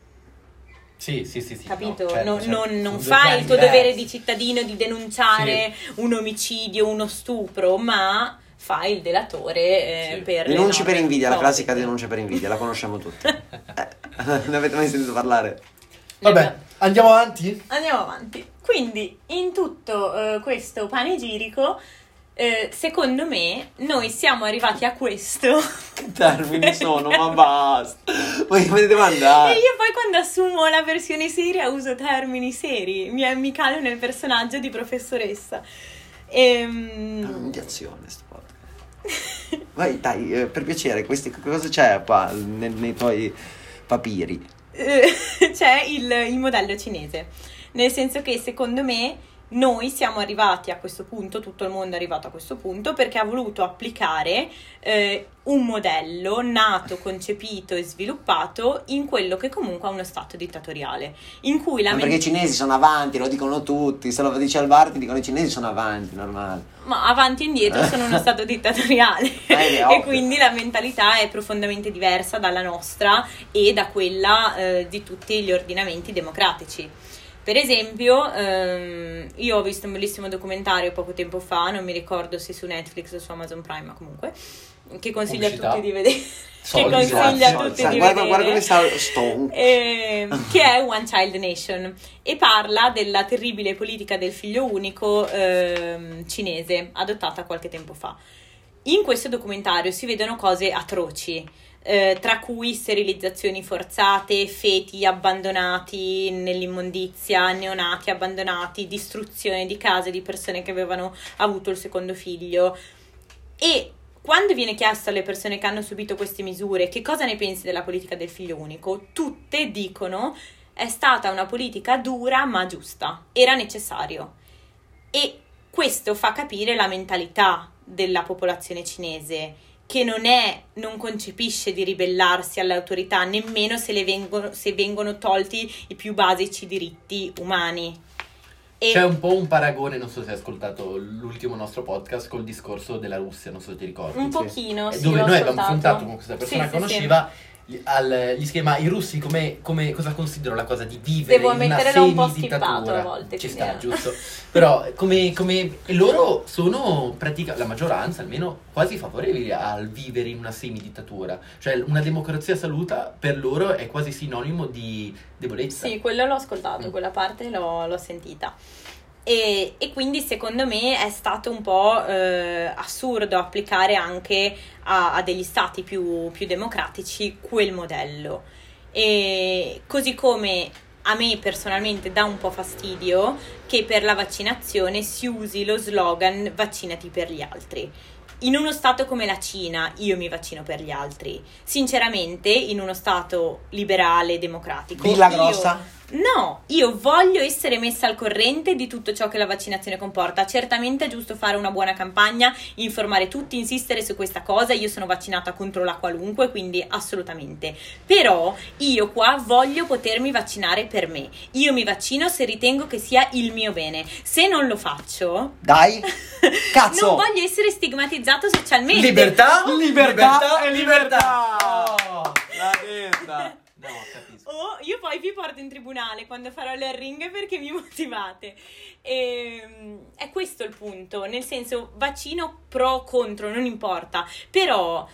Sì. Capito? no, certo, certo. Non Sono due fai piani il tuo diversi. dovere di cittadino di denunciare un omicidio, uno stupro, ma fai il delatore Sì. per le Denunci per norme invidia, la Covid. classica denuncia per invidia, la conosciamo tutti. Ne avete mai sentito parlare? Vabbè, andiamo avanti? Andiamo avanti. Quindi, in tutto questo panegirico, secondo me, noi siamo arrivati a questo. Che termini sono, ma basta. Poi come devo andare? E io poi quando assumo la versione seria uso termini seri, mi calo nel personaggio di professoressa. Un'umiliazione sto podcast. Vai, dai, per piacere, cosa c'è qua nei tuoi papiri? C'è il modello cinese, nel senso che secondo me noi siamo arrivati a questo punto, tutto il mondo è arrivato a questo punto perché ha voluto applicare un modello nato, concepito e sviluppato in quello che comunque è uno stato dittatoriale, in cui la Ma perché i cinesi sono avanti, lo dicono tutti, se lo dice al bar ti dicono i cinesi sono avanti, normale. ma avanti e indietro sono uno stato dittatoriale è e ovvio. quindi la mentalità è profondamente diversa dalla nostra e da quella di tutti gli ordinamenti democratici. Per esempio, io ho visto un bellissimo documentario poco tempo fa, non mi ricordo se su Netflix o su Amazon Prime, ma comunque, che consiglio Pubblicità. a tutti di vedere. Soldi, che consiglia a soldi, tutti soldi. di Guarda vedere. come sta Stone. Che è One Child Nation e parla della terribile politica del figlio unico cinese adottata qualche tempo fa. In questo documentario si vedono cose atroci, tra cui sterilizzazioni forzate, feti abbandonati nell'immondizia, neonati abbandonati, distruzione di case di persone che avevano avuto il secondo figlio. E quando viene chiesto alle persone che hanno subito queste misure che cosa ne pensi della politica del figlio unico, tutte dicono è stata una politica dura ma giusta, era necessario. E questo fa capire la mentalità della popolazione cinese, che non concepisce di ribellarsi alle autorità nemmeno se vengono tolti i più basici diritti umani. C'è un po' un paragone, non so se hai ascoltato l'ultimo nostro podcast col discorso della Russia, non so se ti ricordi. Un pochino, sì, dove l'ho noi abbiamo ascoltato. confrontato con questa persona Sì, che sì, conosceva gli schema i russi come cosa considerano la cosa di vivere Devo in una ammettere, l'ho un po' skippato semidittatura. a volte, Ci quindi sta, era. giusto. Però e loro sono la maggioranza almeno quasi favorevoli al vivere in una semidittatura. Cioè una democrazia assoluta per loro è quasi sinonimo di debolezza. Sì, quello l'ho ascoltato, quella parte l'ho sentita. E quindi secondo me è stato un po' assurdo applicare anche a degli stati più democratici quel modello. E così come a me personalmente dà un po' fastidio che per la vaccinazione si usi lo slogan vaccinati per gli altri. In uno stato come la Cina io mi vaccino per gli altri. Sinceramente, in uno stato liberale, democratico, Villa Grossa? Io voglio essere messa al corrente di tutto ciò che la vaccinazione comporta. Certamente è giusto fare una buona campagna, informare tutti, insistere su questa cosa. Io sono vaccinata contro la qualunque, quindi assolutamente. Però io qua voglio potermi vaccinare per me. Io mi vaccino se ritengo che sia il mio bene. Se non lo faccio, Dai, cazzo! non voglio essere stigmatizzato socialmente. Libertà Libertà e libertà. Oh, la detta. No, capisco. O io poi vi porto in tribunale quando farò le arringhe perché mi motivate. È questo il punto, nel senso, vaccino pro o contro, non importa. Però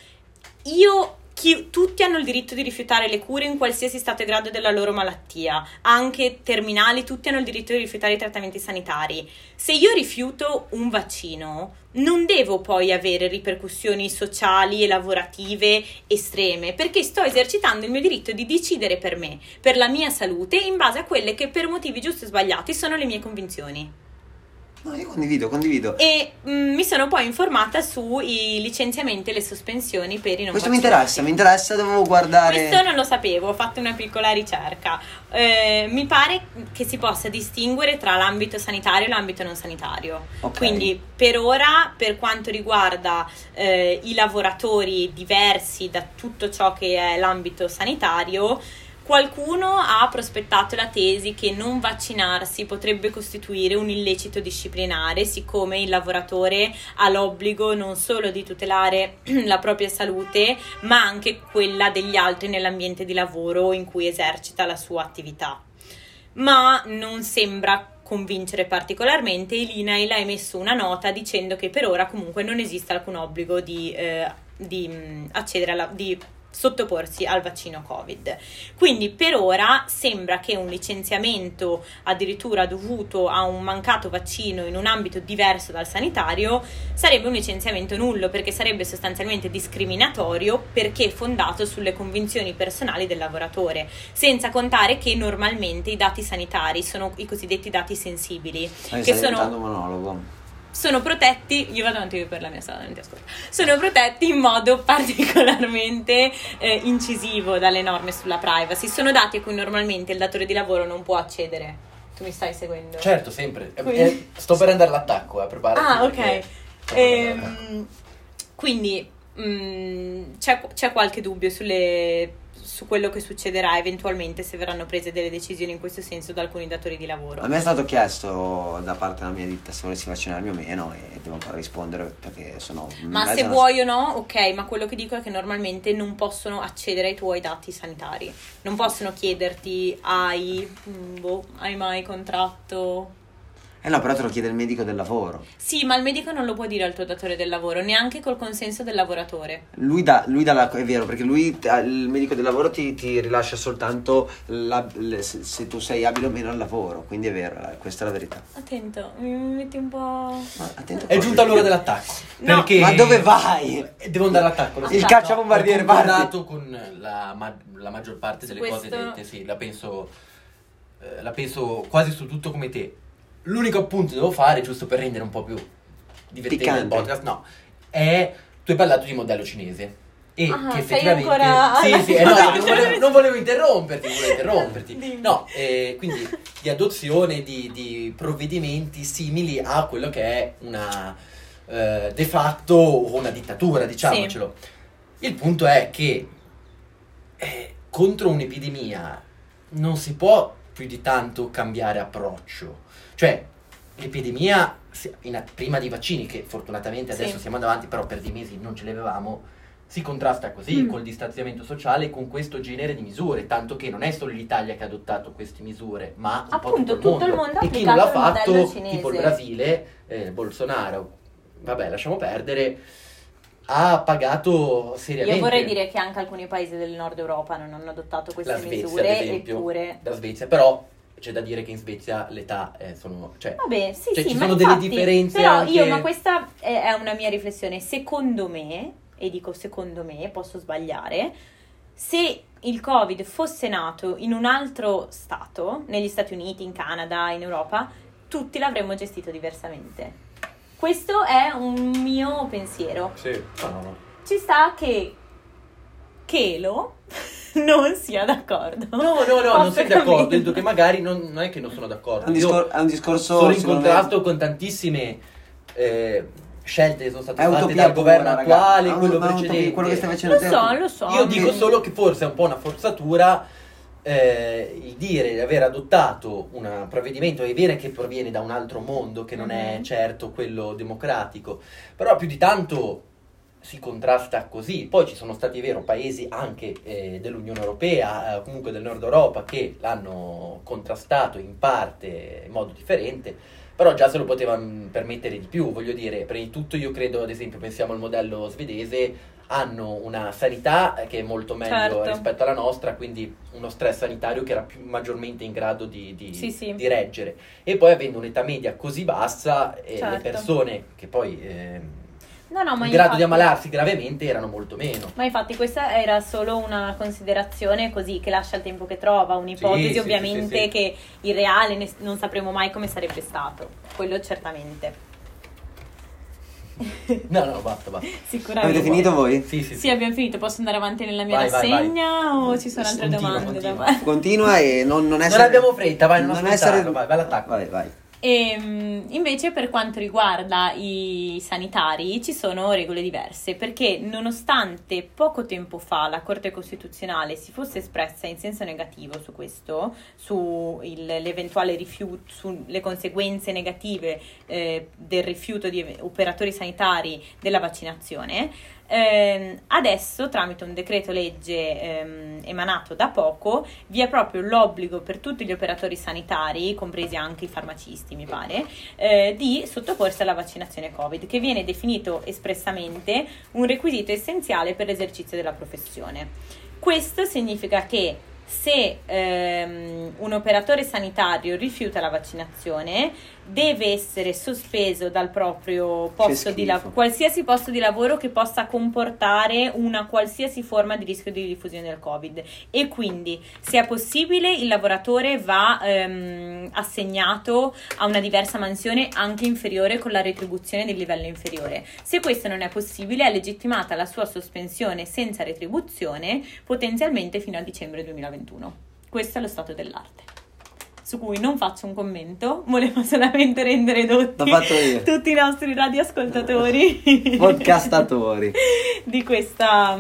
tutti hanno il diritto di rifiutare le cure in qualsiasi stato e grado della loro malattia, anche terminali, tutti hanno il diritto di rifiutare i trattamenti sanitari. Se io rifiuto un vaccino, non devo poi avere ripercussioni sociali e lavorative estreme, perché sto esercitando il mio diritto di decidere per me, per la mia salute, in base a quelle che per motivi giusti o sbagliati sono le mie convinzioni. No, io condivido. E mi sono poi informata sui licenziamenti e le sospensioni per i non Questo vaccinati. mi interessa, devo guardare. Questo non lo sapevo, ho fatto una piccola ricerca. Mi pare che si possa distinguere tra l'ambito sanitario e l'ambito non sanitario. Ok. Quindi per ora, per quanto riguarda i lavoratori diversi da tutto ciò che è l'ambito sanitario, qualcuno ha prospettato la tesi che non vaccinarsi potrebbe costituire un illecito disciplinare, siccome il lavoratore ha l'obbligo non solo di tutelare la propria salute, ma anche quella degli altri nell'ambiente di lavoro in cui esercita la sua attività. Ma non sembra convincere particolarmente, e l'INAIL ha emesso una nota dicendo che per ora comunque non esiste alcun obbligo di accedere di sottoporsi al vaccino Covid. Quindi per ora sembra che un licenziamento addirittura dovuto a un mancato vaccino in un ambito diverso dal sanitario sarebbe un licenziamento nullo, perché sarebbe sostanzialmente discriminatorio perché fondato sulle convinzioni personali del lavoratore, senza contare che normalmente i dati sanitari sono i cosiddetti dati sensibili, che diventando un monologo. sono protetti, io vado avanti per la mia strada, non ti ascolto, sono protetti in modo particolarmente incisivo dalle norme sulla privacy. Sono dati a cui normalmente il datore di lavoro non può accedere. Tu mi stai seguendo? Certo, sempre. Quindi- Sto per andare all'attacco, preparati. Ah, ok. perché- Quindi c'è qualche dubbio su quello che succederà eventualmente se verranno prese delle decisioni in questo senso da alcuni datori di lavoro. A me è stato chiesto da parte della mia ditta se volessi vaccinarmi o meno e devo ancora rispondere perché sono in Ma mezzo se alla- vuoi o no, ok, ma quello che dico è che normalmente non possono accedere ai tuoi dati sanitari. Non possono chiederti hai mai contratto. No, però te lo chiede il medico del lavoro. Sì, ma il medico non lo può dire al tuo datore del lavoro, neanche col consenso del lavoratore. Lui dà è vero, perché il medico del lavoro ti rilascia soltanto se tu sei abile o meno al lavoro, quindi è vero, questa è la verità. Attento, mi metti un po'. Ma attento È giunta l'ora dell'attacco. No. Perché Ma dove vai? Devo andare all'attacco. lo Il so. cacciabombardiere, Ho concordato con la maggior parte delle cose Questo- dette, sì, la penso quasi su tutto come te. L'unico appunto che devo fare, giusto per rendere un po' più divertente il Piccante. podcast, no, è tu hai parlato di modello cinese. E Ah, che sei effettivamente ancora- sì, no, non volevo interromperti. Dimmi. No, quindi di adozione di provvedimenti simili a quello che è una de facto una dittatura, diciamocelo. Il punto è che contro un'epidemia non si può più di tanto cambiare approccio. Cioè, l'epidemia, prima dei vaccini, che fortunatamente adesso Sì. siamo avanti, però per dei mesi non ce li avevamo, si contrasta così, col distanziamento sociale e con questo genere di misure, tanto che non è solo l'Italia che ha adottato queste misure, ma un po' Appunto, tutto il mondo ha e chi non l'ha applicato il modello fatto, cinese. tipo il Brasile, Bolsonaro, vabbè, lasciamo perdere, ha pagato seriamente. Io vorrei dire che anche alcuni paesi del nord Europa non hanno adottato queste la Svezia, misure, ad esempio, eppure... la Svezia, però c'è da dire che in Svezia l'età sono, cioè, Vabbè, sì, cioè, sì, ci ma sono infatti, delle differenze però anche... ma questa è una mia riflessione. Secondo me, e dico secondo me, posso sbagliare, se il Covid fosse nato in un altro stato, negli Stati Uniti, in Canada, in Europa, tutti l'avremmo gestito diversamente. Questo è un mio pensiero. Sì, no. Ci sta che Chelo non sia d'accordo. No, non sono d'accordo. Ho detto che magari non è che non sono d'accordo. È un discorso sono in secondo contrasto con tantissime scelte che sono state È fatte utopia dal governo pura, attuale, raga. quello Ma è utopia, precedente. quello che stai facendo te. Lo so. Io dico solo che forse è un po' una forzatura il dire di aver adottato un provvedimento, è vero che proviene da un altro mondo, che non è certo quello democratico, però più di tanto si contrasta così. Poi ci sono stati, è vero, paesi anche dell'Unione Europea, comunque del Nord Europa, che l'hanno contrastato in parte in modo differente, però già se lo potevano permettere di più. Voglio dire, prima di tutto io credo, ad esempio, pensiamo al modello svedese, hanno una sanità che è molto meglio Certo. rispetto alla nostra, quindi uno stress sanitario che era maggiormente in grado di Sì. di reggere. E poi avendo un'età media così bassa, le Certo. persone che poi No, ma in grado infatti- di ammalarsi gravemente erano molto meno. Ma infatti questa era solo una considerazione così, che lascia il tempo che trova, un'ipotesi Sì, ovviamente sì. che il reale non sapremo mai come sarebbe stato, quello certamente. No, basta. Sicuramente. Avete finito voi? Sì. Sì, abbiamo finito, posso andare avanti nella mia Vai, rassegna o ci sono altre Continua, domande da continua. fare? Continua e non essere... Non abbiamo fretta, vai, non essere... ascoltarlo, vai all'attacco. Vai. Invece per quanto riguarda i sanitari ci sono regole diverse, perché nonostante poco tempo fa la Corte Costituzionale si fosse espressa in senso negativo su questo, l'eventuale rifiuto, sulle conseguenze negative del rifiuto di operatori sanitari della vaccinazione, adesso tramite un decreto legge emanato da poco vi è proprio l'obbligo per tutti gli operatori sanitari, compresi anche i farmacisti mi pare, di sottoporsi alla vaccinazione Covid, che viene definito espressamente un requisito essenziale per l'esercizio della professione. Questo significa che se un operatore sanitario rifiuta la vaccinazione deve essere sospeso dal proprio posto di lavoro, qualsiasi posto di lavoro che possa comportare una qualsiasi forma di rischio di diffusione del Covid, e quindi se è possibile il lavoratore va assegnato a una diversa mansione anche inferiore con la retribuzione del livello inferiore. Se questo non è possibile è legittimata la sua sospensione senza retribuzione potenzialmente fino a dicembre 2021. Questo è lo stato dell'arte, su cui non faccio un commento, volevo solamente rendere edotti L'ho fatto io. tutti i nostri radioascoltatori Podcastatori. di questa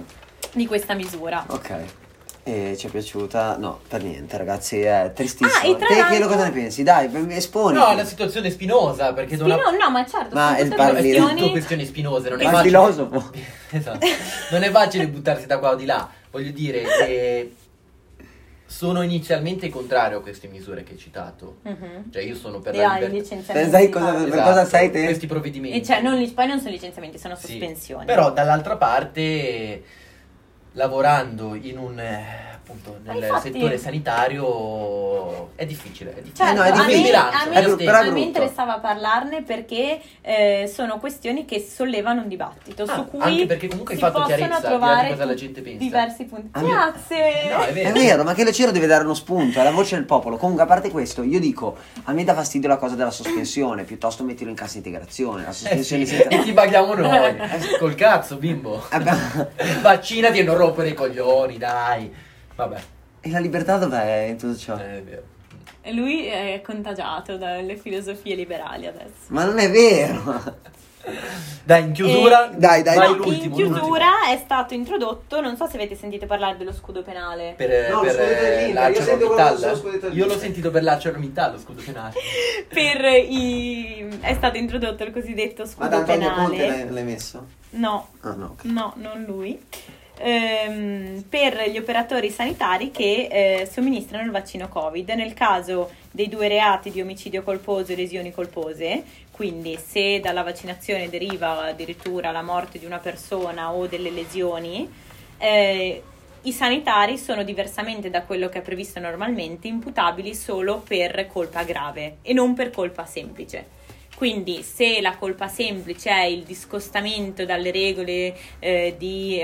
misura. Ok. E ci è piaciuta? No, per niente, ragazzi, è tristissimo. Ah, e tra Te l'altro- cosa ne pensi? Dai, esponi. No, è una situazione spinosa, perché No, ma certo, Ma sono il tutte parli- tutto questioni. questioni spinose, non è Ma il facile. filosofo. Esatto. Non è facile buttarsi da qua o di là. Voglio dire che sono inizialmente contrario a queste misure che hai citato. Mhm. Cioè io sono per E la hai libertà. licenziamenti Sai di cosa- fare. per cosa sei te? Questi provvedimenti. E cioè, poi non sono licenziamenti, sono Sì. sospensioni. Però dall'altra parte, lavorando in un appunto nel infatti- settore sanitario è difficile. Certo, no, è difficile. a me, È brutto, però è a me brutto. interessava parlarne perché sono questioni che sollevano un dibattito su cui anche perché comunque hai si fatto possono chiarezza di trovare cosa la gente pensa. diversi punti. Ah, Grazie. No, è È vero, ma che lo Ciro deve dare uno spunto, è la voce del popolo. Comunque, a parte questo, io dico, a me dà fastidio la cosa della sospensione, piuttosto mettilo in cassa integrazione. La sospensione Sì, senza... e ti paghiamo noi. Col cazzo, bimbo. Vaccinati e non rompere i coglioni, dai. Vabbè. E la libertà dov'è in tutto ciò? È vero. E lui è contagiato dalle filosofie liberali adesso. Ma non è vero! Dai, in chiusura. Dai. vai No, l'ultimo, in chiusura è stato introdotto, non so se avete sentito parlare dello scudo penale. per No, lo scudetto dell'Inter, io sento qualcosa sullo scudetto l'ArcelorMittal. dell'Inter. Io l'ho sentito per l'ArcelorMittal, lo scudo penale. È stato introdotto il cosiddetto Ma scudo da Antonio penale. Conte l'hai messo? No, Ah, no, ok. no, non lui. Per gli operatori sanitari che somministrano il vaccino Covid nel caso dei 2 reati di omicidio colposo e lesioni colpose, quindi se dalla vaccinazione deriva addirittura la morte di una persona o delle lesioni, i sanitari sono, diversamente da quello che è previsto normalmente, imputabili solo per colpa grave e non per colpa semplice. Quindi se la colpa semplice è il discostamento dalle regole che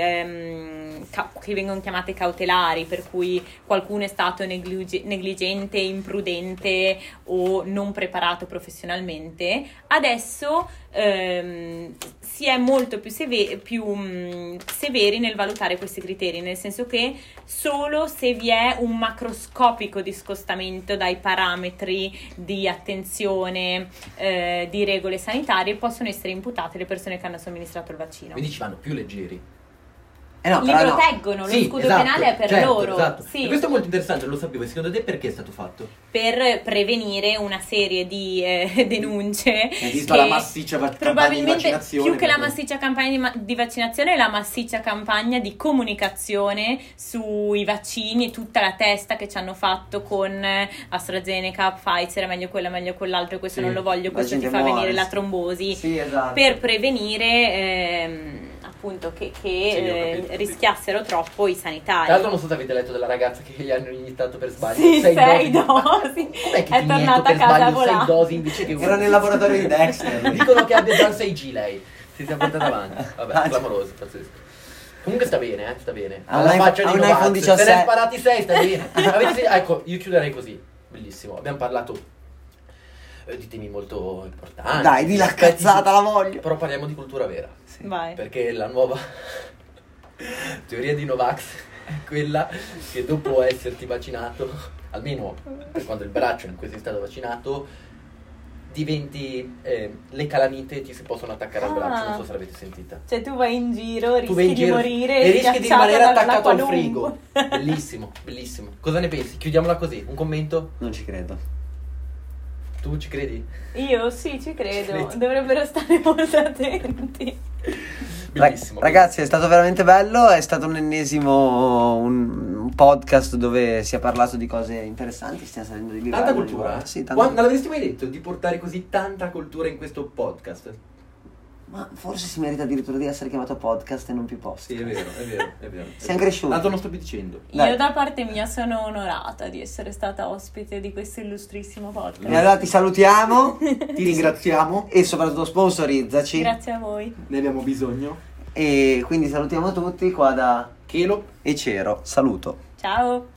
vengono chiamate cautelari, per cui qualcuno è stato negligente, imprudente o non preparato professionalmente, adesso si è molto più severi nel valutare questi criteri, nel senso che solo se vi è un macroscopico discostamento dai parametri di attenzione di regole sanitarie possono essere imputate le persone che hanno somministrato il vaccino. Quindi ci vanno più leggeri. No, Li però no. proteggono, lo Sì, scudo esatto, penale è per certo, loro. esatto. Sì. E questo è molto interessante, non lo sapevo. E secondo te perché è stato fatto? Per prevenire una serie di denunce. Visto la massiccia campagna di Probabilmente vaccinazione, più che la proprio. massiccia campagna di vaccinazione è la massiccia campagna di comunicazione sui vaccini e tutta la testa che ci hanno fatto con AstraZeneca, Pfizer, è meglio quella, meglio quell'altro, e questo Sì, non lo voglio, la questo ti gente fa muore, venire la sì. trombosi, Sì, esatto. per prevenire appunto che Sì, ho capito. rischiassero troppo i Tra sanitari. l'altro non so se avete letto della ragazza che gli hanno iniettato per sbaglio Sì, 6 sei dosi. dosi. Com'è che È ti inietto tornata per a casa sbaglio 6 volando. dosi invece che Era nel laboratorio di Dexter. Dicono che abbia già il 6G lei. Si sia portata avanti. Vabbè, Ah, clamoroso, pazzesco. Comunque sta bene, sta bene. Ha Alla un faccia iPhone- di ha un Novax. iPhone Se ne 17. sparati 6, sta bene. Ecco, io chiuderei così. Bellissimo. Abbiamo parlato di temi molto importanti. Dai, di la aspetti- cazzata, la voglio. Però parliamo di cultura vera. Vai. Perché la nuova teoria di Novax è quella che dopo esserti vaccinato, almeno per quanto il braccio in cui sei stato vaccinato, diventi le calamite ti si possono attaccare al braccio. Non so se l'avete sentita. Cioè tu vai in giro, Tu rischi vai in di giro morire e rischi di schiacciato rimanere dalla attaccato al qualunque. frigo. Bellissimo, bellissimo. Cosa ne pensi? Chiudiamola così. Un commento? Non ci credo. Tu ci credi? Io sì, ci credo. Credo. Dovrebbero stare molto attenti. Bellissimo. Ragazzi, è stato veramente bello. È stato un ennesimo un podcast dove si è parlato di cose interessanti. Stiamo salendo di livello. Tanta cultura, eh? Sì, tanta. Non l'avresti mai detto di portare così tanta cultura in questo podcast? Ma forse si merita addirittura di essere chiamato podcast e non più post. Sì, è vero, è vero, è vero. Siamo cresciuti. Tanto non sto più dicendo. Dai. Io da parte mia sono onorata di essere stata ospite di questo illustrissimo E podcast. allora ti salutiamo Ti ringraziamo, e soprattutto sponsorizzaci. Grazie a voi. ne abbiamo bisogno. E quindi salutiamo tutti qua da Chelo. e Cero. Saluto. Ciao.